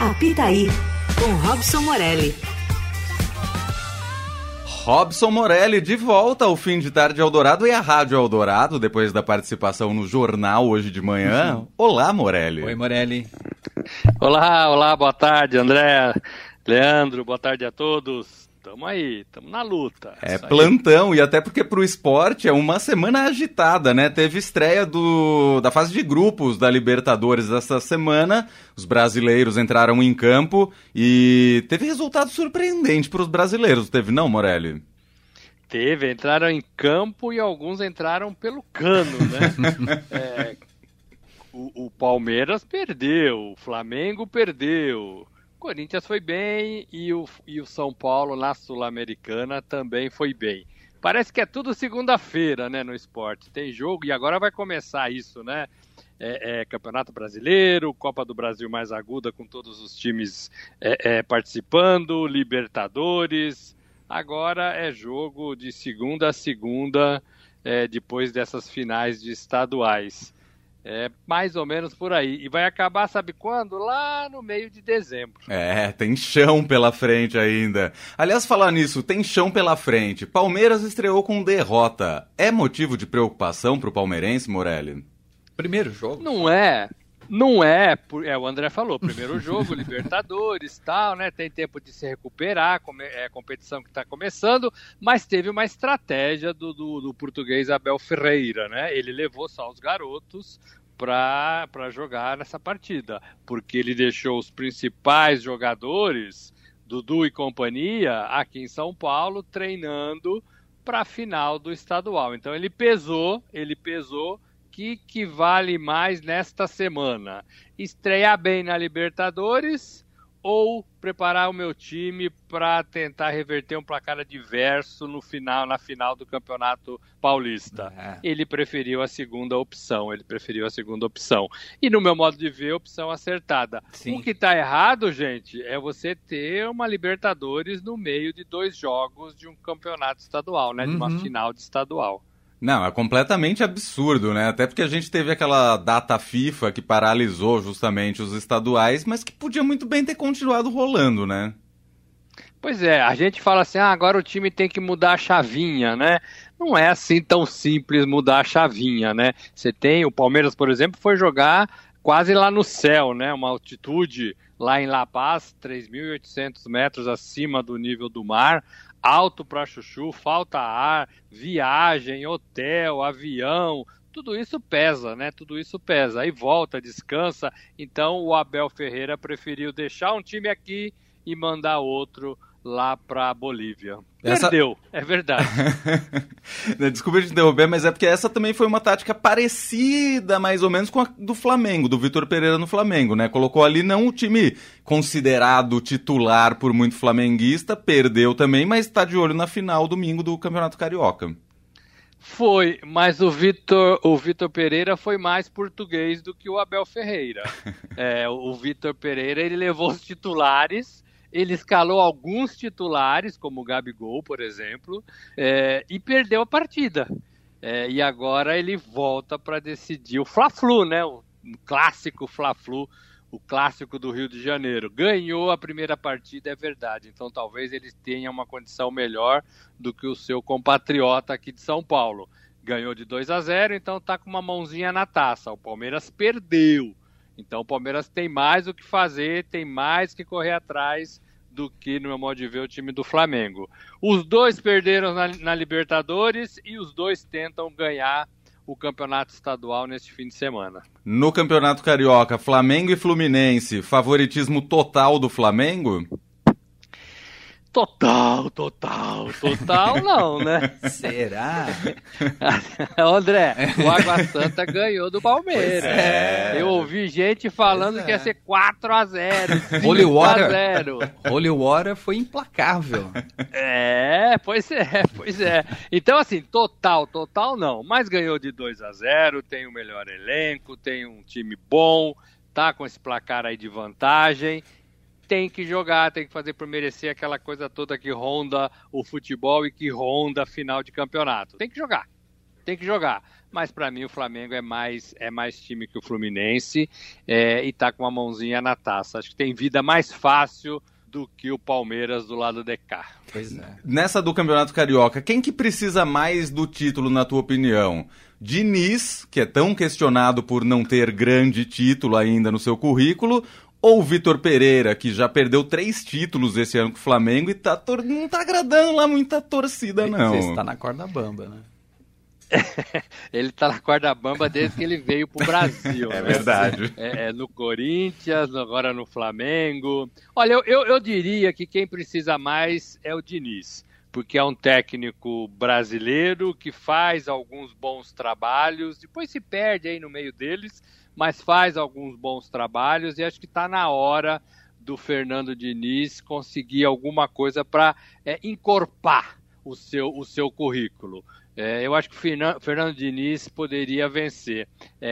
Apita aí, com Robson Morelli. Robson Morelli de volta ao Fim de Tarde Eldorado e à Rádio Eldorado, depois da participação no jornal hoje de manhã. Olá, Morelli. Oi, Morelli. Olá, boa tarde, André, Leandro, boa tarde a todos. Tamo aí, tamo na luta. É plantão, e até porque pro esporte é uma semana agitada, né? Teve estreia da fase de grupos da Libertadores essa semana, os brasileiros entraram em campo e teve resultado surpreendente pros brasileiros, teve não, Morelli? Teve, entraram em campo e alguns entraram pelo cano, né? O Palmeiras perdeu, o Flamengo perdeu... O Corinthians foi bem e o São Paulo na Sul-Americana também foi bem. Parece que é tudo segunda-feira, né, no esporte. Tem jogo e agora vai começar isso, né? Campeonato Brasileiro, Copa do Brasil mais aguda com todos os times participando, Libertadores. Agora é jogo de segunda a segunda, depois dessas finais de estaduais. É mais ou menos por aí. E vai acabar, sabe quando? Lá no meio de dezembro. Tem chão pela frente ainda. Aliás, falar nisso, tem chão pela frente. Palmeiras estreou com derrota. É motivo de preocupação pro palmeirense, Morelli? Primeiro jogo? Não é. O André falou, primeiro jogo, Libertadores e tal, né? Tem tempo de se recuperar, é a competição que está começando, mas teve uma estratégia do português Abel Ferreira, né? Ele levou só os garotos para jogar nessa partida, porque ele deixou os principais jogadores, Dudu e companhia, aqui em São Paulo, treinando para a final do estadual. Então ele pesou que vale mais nesta semana? Estrear bem na Libertadores ou preparar o meu time para tentar reverter um placar adverso na final do Campeonato Paulista? Ele preferiu a segunda opção. E no meu modo de ver, opção acertada. Sim. O que está errado, gente, é você ter uma Libertadores no meio de 2 jogos de um campeonato estadual, né? De uma final de estadual. Não, é completamente absurdo, né? Até porque a gente teve aquela data FIFA que paralisou justamente os estaduais, mas que podia muito bem ter continuado rolando, né? Pois é, a gente fala assim, agora o time tem que mudar a chavinha, né? Não é assim tão simples mudar a chavinha, né? Você tem, o Palmeiras, por exemplo, foi jogar quase lá no céu, né? Uma altitude lá em La Paz, 3.800 metros acima do nível do mar, alto para chuchu, falta ar, viagem, hotel, avião, tudo isso pesa, né? Tudo isso pesa. Aí volta, descansa. Então o Abel Ferreira preferiu deixar um time aqui e mandar outro lá para Bolívia. Perdeu, é verdade. Desculpa te interromper, mas é porque essa também foi uma tática parecida, mais ou menos, com a do Flamengo, do Vitor Pereira no Flamengo, né? Colocou ali não o time considerado titular por muito flamenguista, perdeu também, mas está de olho na final domingo do Campeonato Carioca. Foi, mas o Vitor Pereira foi mais português do que o Abel Ferreira. O Vitor Pereira, ele levou os titulares. Ele escalou alguns titulares, como o Gabigol, por exemplo, e perdeu a partida. E agora ele volta para decidir o Fla-Flu, né? O clássico Fla-Flu, o clássico do Rio de Janeiro. Ganhou a primeira partida, é verdade. Então talvez ele tenha uma condição melhor do que o seu compatriota aqui de São Paulo. Ganhou de 2-0, então está com uma mãozinha na taça. O Palmeiras perdeu. Então o Palmeiras tem mais o que fazer, tem mais que correr atrás do que, no meu modo de ver, o time do Flamengo. Os dois perderam na Libertadores e os dois tentam ganhar o campeonato estadual neste fim de semana. No Campeonato Carioca, Flamengo e Fluminense, favoritismo total do Flamengo? Total não, né? Será? André, o Água Santa ganhou do Palmeiras. Eu ouvi gente falando que ia ser 4-0, Holy 5-0. Holy Water foi implacável. Pois é. Então, assim, total não. Mas ganhou de 2-0, tem o melhor elenco, tem um time bom, tá com esse placar aí de vantagem. Tem que jogar, tem que fazer por merecer aquela coisa toda que ronda o futebol e que ronda a final de campeonato. Tem que jogar. tem que jogar. Mas para mim o Flamengo é mais time que o Fluminense e tá com uma mãozinha na taça. Acho que tem vida mais fácil do que o Palmeiras do lado de cá. Pois é. Nessa do Campeonato Carioca, quem que precisa mais do título, na tua opinião? Diniz, que é tão questionado por não ter grande título ainda no seu currículo, ou Vitor Pereira, que já perdeu 3 títulos esse ano com o Flamengo e não tá agradando lá muita torcida, não. Você está na corda bamba, né? Ele tá na corda bamba desde que ele veio pro Brasil. É né? verdade. No Corinthians, agora no Flamengo. Olha, eu diria que quem precisa mais é o Diniz, porque é um técnico brasileiro que faz alguns bons trabalhos, depois se perde aí no meio deles, mas faz alguns bons trabalhos e acho que está na hora do Fernando Diniz conseguir alguma coisa para encorpar o seu currículo. Eu acho que o Fernando Diniz poderia vencer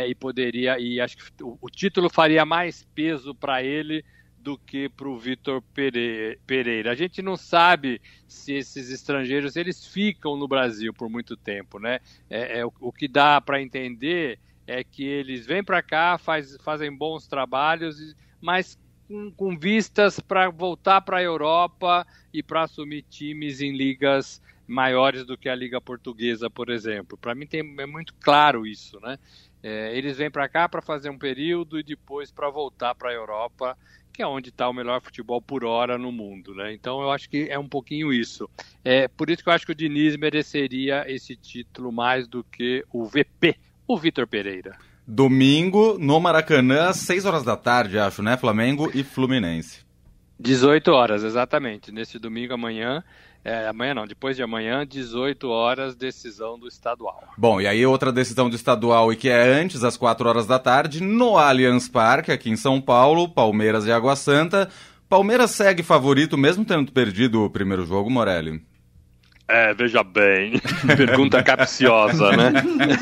e acho que o título faria mais peso para ele do que para o Vitor Pereira. A gente não sabe se esses estrangeiros eles ficam no Brasil por muito tempo, né? O que dá para entender é que eles vêm para cá, fazem bons trabalhos, mas com vistas para voltar para a Europa e para assumir times em ligas maiores do que a Liga Portuguesa, por exemplo. Para mim é muito claro isso, né? Eles vêm para cá para fazer um período e depois para voltar para a Europa, que é onde está o melhor futebol por hora no mundo, né? Então eu acho que é um pouquinho isso. Por isso que eu acho que o Diniz mereceria esse título mais do que o VP, o Vitor Pereira. Domingo, no Maracanã, às 6 horas da tarde, acho, né? Flamengo e Fluminense. 18 horas, exatamente. Nesse domingo, amanhã não, depois de amanhã, 18 horas, decisão do estadual. Bom, e aí outra decisão do estadual, e que é antes, às 4 horas da tarde, no Allianz Parque, aqui em São Paulo, Palmeiras e Água Santa. Palmeiras segue favorito, mesmo tendo perdido o primeiro jogo, Morelli? Veja bem, pergunta capciosa, né?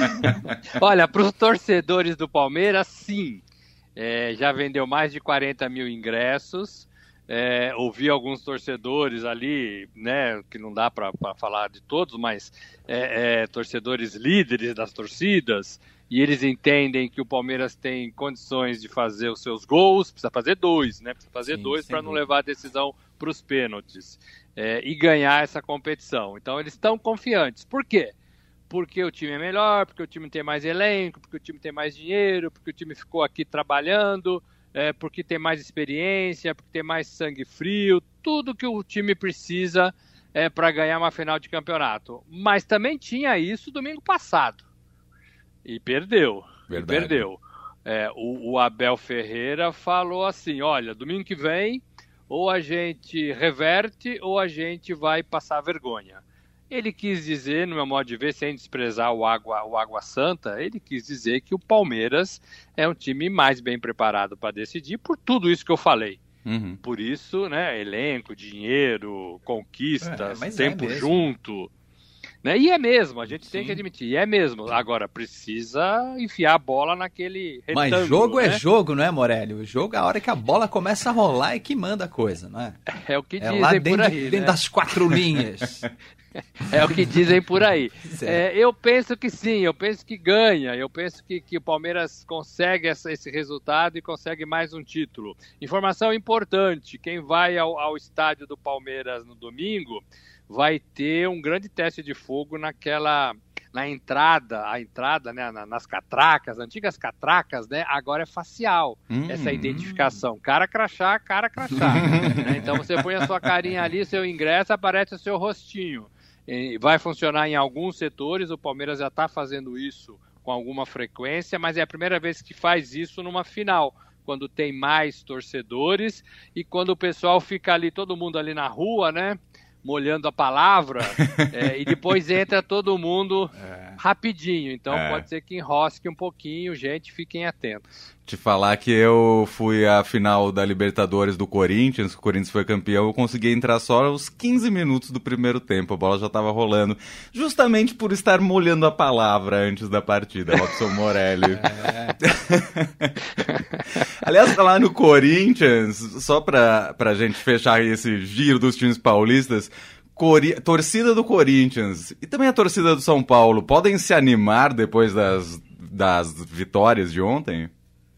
Olha, para os torcedores do Palmeiras, sim, já vendeu mais de 40 mil ingressos. Ouvi alguns torcedores ali, né, que não dá para falar de todos, mas torcedores líderes das torcidas, e eles entendem que o Palmeiras tem condições de fazer os seus gols, precisa fazer 2, né? Precisa fazer 2 para não levar a decisão para os pênaltis e ganhar essa competição. Então eles estão confiantes. Por quê? Porque o time é melhor, porque o time tem mais elenco, porque o time tem mais dinheiro, porque o time ficou aqui trabalhando, porque tem mais experiência, porque tem mais sangue frio, tudo que o time precisa para ganhar uma final de campeonato. Mas também tinha isso domingo passado. E perdeu. Verdade. Perdeu. O Abel Ferreira falou assim, olha, domingo que vem, ou a gente reverte, ou a gente vai passar vergonha. Ele quis dizer, no meu modo de ver, sem desprezar o Água Santa, ele quis dizer que o Palmeiras é um time mais bem preparado para decidir por tudo isso que eu falei. Uhum. Por isso, né, elenco, dinheiro, conquistas, tempo junto. Né? E é mesmo, a gente tem que admitir, é mesmo. Agora, precisa enfiar a bola naquele retângulo. Mas jogo né? É jogo, não é, Morelli? O jogo, a hora que a bola começa a rolar é que manda a coisa, não é? É o que dizem lá por aí, dentro né? das 4 linhas. É o que dizem por aí. Eu penso que sim, eu penso que ganha, eu penso que o Palmeiras consegue esse resultado e consegue mais um título. Informação importante, quem vai ao estádio do Palmeiras no domingo vai ter um grande teste de fogo na entrada, né, nas catracas, antigas catracas, né, agora é facial, essa identificação, cara crachá, né? Então você põe a sua carinha ali, seu ingresso, aparece o seu rostinho. Vai funcionar em alguns setores, o Palmeiras já está fazendo isso com alguma frequência, mas é a primeira vez que faz isso numa final, quando tem mais torcedores e quando o pessoal fica ali, todo mundo ali na rua, né, molhando a palavra, e depois entra todo mundo rapidinho, então pode ser que enrosque um pouquinho, gente, fiquem atentos. Te falar que eu fui à final da Libertadores do Corinthians, o Corinthians foi campeão, eu consegui entrar só aos 15 minutos do primeiro tempo, a bola já estava rolando, justamente por estar molhando a palavra antes da partida, Robson Morelli. Aliás, falar no Corinthians, só pra gente fechar esse giro dos times paulistas, torcida do Corinthians e também a torcida do São Paulo podem se animar depois das vitórias de ontem?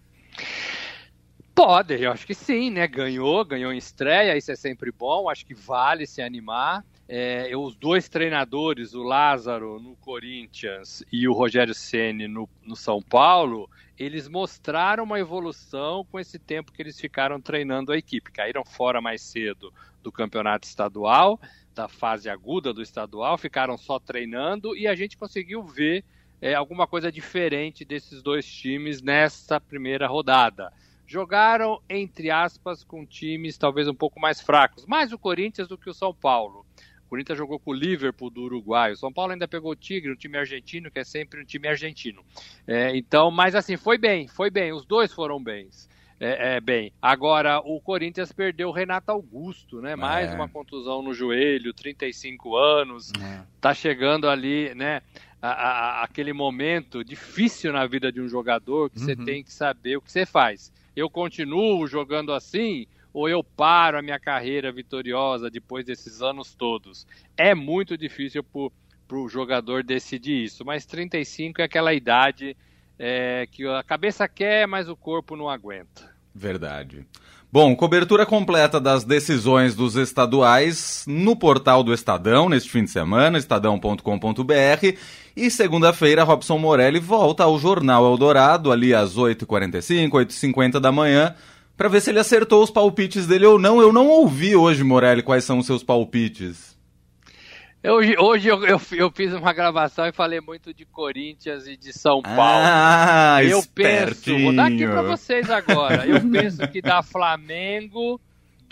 Pode, eu acho que sim, né? Ganhou em estreia, isso é sempre bom, acho que vale se animar. Os dois treinadores, o Lázaro no Corinthians e o Rogério Ceni no São Paulo, eles mostraram uma evolução com esse tempo que eles ficaram treinando a equipe. Caíram fora mais cedo do campeonato estadual, da fase aguda do estadual, ficaram só treinando e a gente conseguiu ver alguma coisa diferente desses dois times nessa primeira rodada. Jogaram, entre aspas, com times talvez um pouco mais fracos, mais o Corinthians do que o São Paulo. O Corinthians jogou com o Liverpool do Uruguai, o São Paulo ainda pegou o Tigre, um time argentino, que é sempre um time argentino. Então, mas assim, foi bem, os dois foram bens. Bem, agora o Corinthians perdeu o Renato Augusto, né? Mais uma contusão no joelho, 35 anos, tá chegando ali, né? Aquele momento difícil na vida de um jogador que você tem que saber o que você faz. Eu continuo jogando assim ou eu paro a minha carreira vitoriosa depois desses anos todos? É muito difícil para o jogador decidir isso, mas 35 é aquela idade que a cabeça quer, mas o corpo não aguenta. Verdade. Bom, cobertura completa das decisões dos estaduais no portal do Estadão neste fim de semana, estadão.com.br. E segunda-feira, Robson Morelli volta ao Jornal Eldorado, ali às 8h45, 8h50 da manhã, para ver se ele acertou os palpites dele ou não. Eu não ouvi hoje, Morelli, quais são os seus palpites. Hoje eu fiz uma gravação e falei muito de Corinthians e de São Paulo. Eu penso, vou dar aqui pra vocês agora. Eu penso que dá Flamengo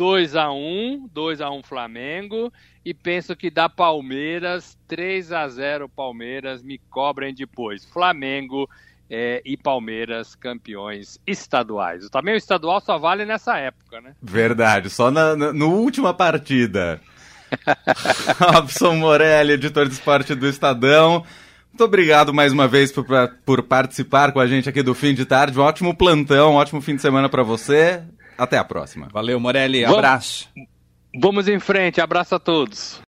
2x1 Flamengo, e penso que dá Palmeiras 3-0 Palmeiras, me cobrem depois. Flamengo e Palmeiras campeões estaduais. Também o estadual só vale nessa época, né? Verdade, só no última partida. Robson Morelli, editor de esporte do Estadão. Muito obrigado mais uma vez por participar com a gente aqui do Fim de Tarde. Um ótimo plantão, um ótimo fim de semana para você. Até a próxima. Valeu, Morelli. Abraço. Vamos em frente. Abraço a todos.